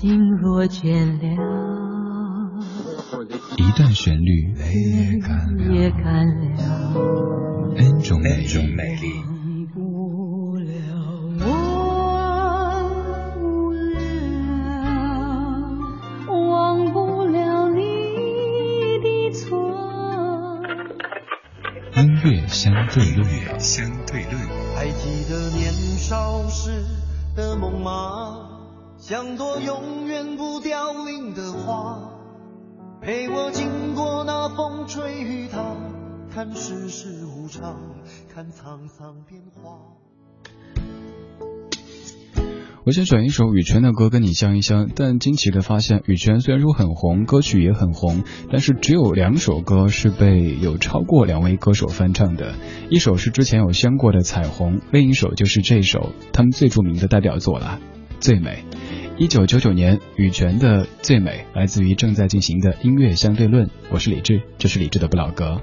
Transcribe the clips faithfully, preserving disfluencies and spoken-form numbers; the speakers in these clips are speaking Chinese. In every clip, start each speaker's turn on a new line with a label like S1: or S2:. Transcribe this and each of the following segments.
S1: 心若倦了，
S2: 一段旋律
S1: 也干了，也干了
S2: N 种美丽。音乐相对论，相对论。
S3: 还记得年少时的梦吗？像朵永远不凋零的花，陪我经过那风吹雨打，看世事无常，看沧桑变化。
S2: 我想选一首羽泉的歌跟你相一相，但惊奇的发现羽泉虽然说很红，歌曲也很红，但是只有两首歌是被有超过两位歌手翻唱的，一首是之前有相过的彩虹，另一首就是这首他们最著名的代表作了，最美。一九九九年羽泉的最美来自于正在进行的音乐相对论，我是李志，这是李志的不老歌。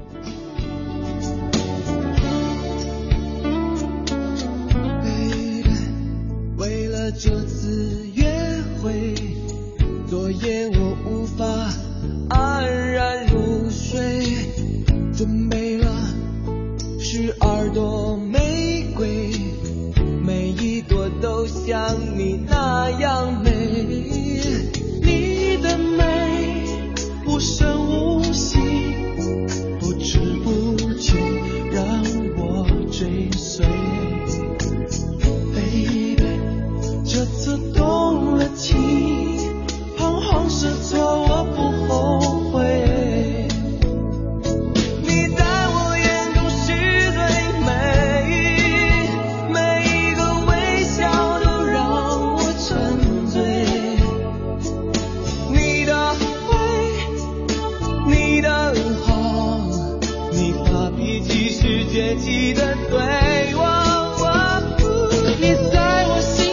S3: 这次约会，昨夜我无法安然入睡，准备了十二朵玫瑰，每一朵都像你那样美。你的美无声无息，不知不觉让我追随。这次动了情，彷徨失措我不后悔。你在我眼中是最美，每一个微笑都让我沉醉。你的美，你的好，你发脾气时倔气的对我。你在我心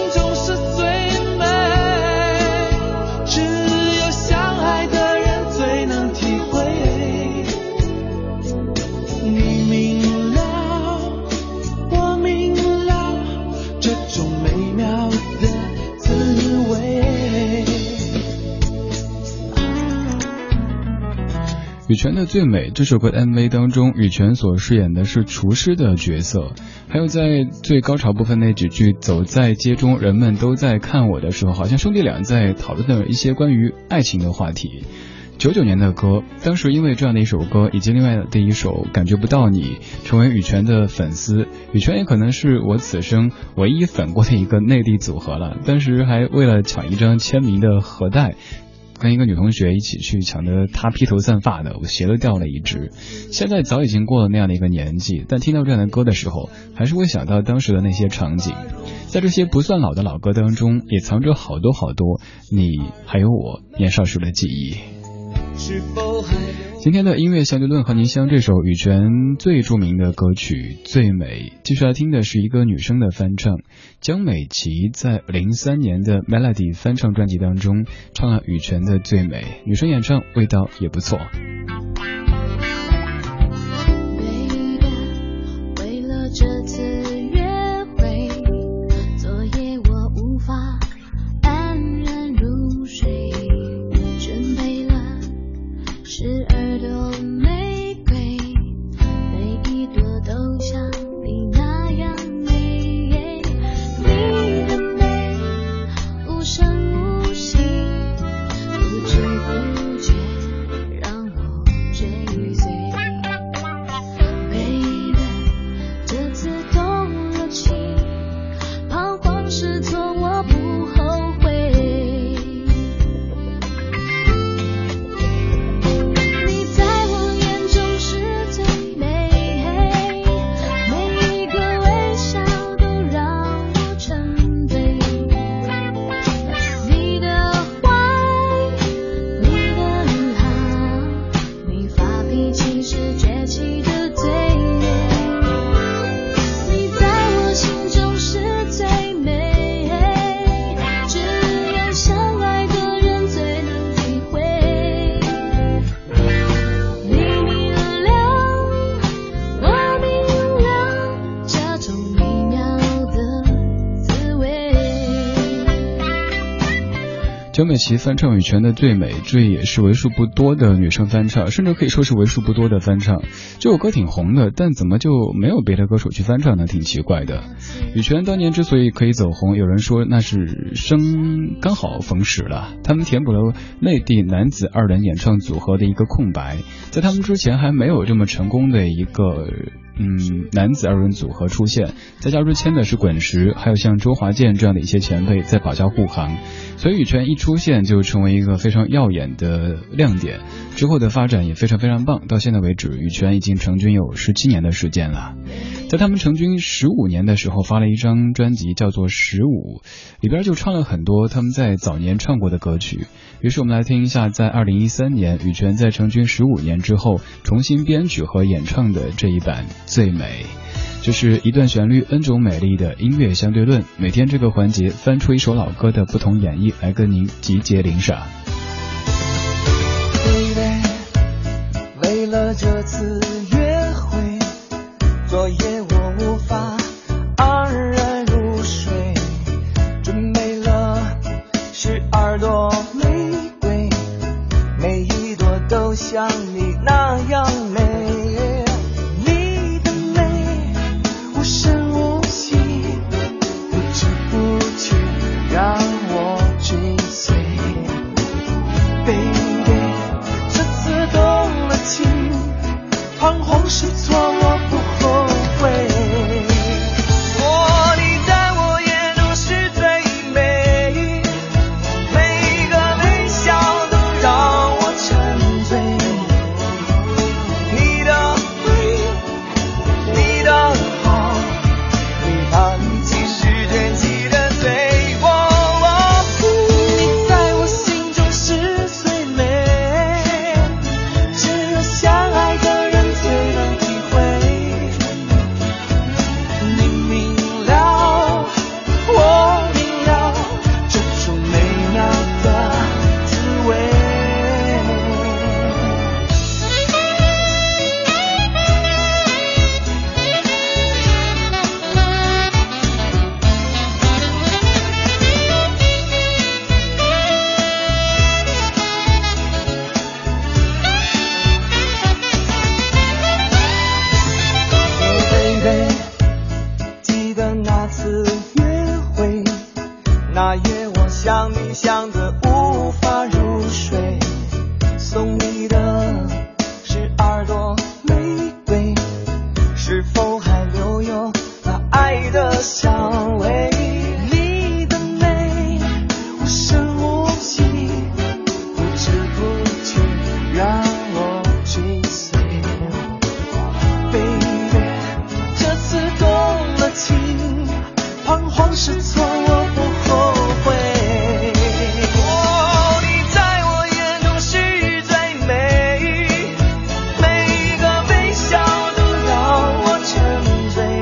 S2: 羽泉的最美这首歌的 M V 当中，羽泉所饰演的是厨师的角色，还有在最高潮部分那几句走在街中人们都在看我的时候，好像兄弟俩在讨论的一些关于爱情的话题。九九年的歌，当时因为这样的一首歌以及另外的第一首感觉不到你，成为羽泉的粉丝。羽泉也可能是我此生唯一粉过的一个内地组合了，当时还为了抢一张签名的盒带，跟一个女同学一起去抢的，她披头散发的，我鞋都掉了一只。现在早已经过了那样的一个年纪，但听到这样的歌的时候，还是会想到当时的那些场景。在这些不算老的老歌当中，也藏着好多好多你还有我年少时的记忆。今天的音乐相对论和您相这首羽泉最著名的歌曲《最美》，接下来听的是一个女生的翻唱，江美琪在零三年的 Melody 翻唱专辑当中唱了羽泉的《最美》，女生演唱味道也不错。
S4: 为了这次约会，昨夜我无法安然入睡，准备了十二朵玫瑰，每一朵都像你那样美。你的美无声无息，不知不觉让我追随。Baby， 这次动
S2: 焦美琪翻唱羽泉的《最美》，这也是为数不多的女生翻唱，甚至可以说是为数不多的翻唱。这首歌挺红的，但怎么就没有别的歌手去翻唱呢？挺奇怪的。羽泉当年之所以可以走红，有人说那是生刚好逢时了，他们填补了内地男子二人演唱组合的一个空白，在他们之前还没有这么成功的一个嗯，男子二人组合出现，在加之签的是滚石，还有像周华健这样的一些前辈在保驾护航，所以羽泉一出现就成为一个非常耀眼的亮点，之后的发展也非常非常棒。到现在为止，羽泉已经成军有十七年的时间了。在他们成军十五年的时候，发了一张专辑叫做《十五》，里边就唱了很多他们在早年唱过的歌曲。于是我们来听一下，在二零一三年羽泉在成军十五年之后重新编曲和演唱的这一版《最美》。这是一段旋律 N 种美丽的音乐相对论，每天这个环节翻出一首老歌的不同演绎来跟您集结领赏。
S3: 为了这次约会，昨夜我无法安然入睡，准备了十二朵玫瑰，每一朵都像你那样美。你的美无声无息，不知不觉让我追随。Baby， 这次动了情，彷徨失措我不后悔。哦，你在我眼中是最美，每个微笑都让我沉醉。你的美，你的好，你把你几时间记得最我。哦，你在我心中是最美，只有相爱的人最能体会。你明了，我明了，这种美妙的滋味。Baby， 记得那次约会，那夜我想你想得无法入睡，送你的十二朵玫瑰，是否还留有那爱的香味？你的美无声无息，不知不觉让我追随。Baby， 这次动了情，彷徨失措我不后悔。哦，你在我眼中是最美，每个微笑都让我沉醉。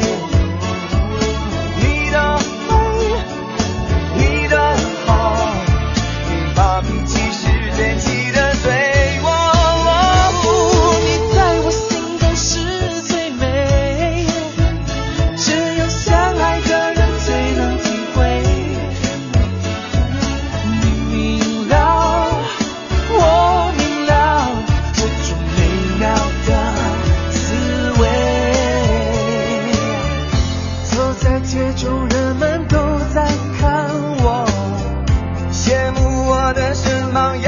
S3: 你的美，你的好，你把笔记时间记得最我。哦，你在我心中是最美，只有相爱的人最能体会。你明了，我明了，这种美妙的滋味。走在街中，人们都在看我，羡慕我的身旁。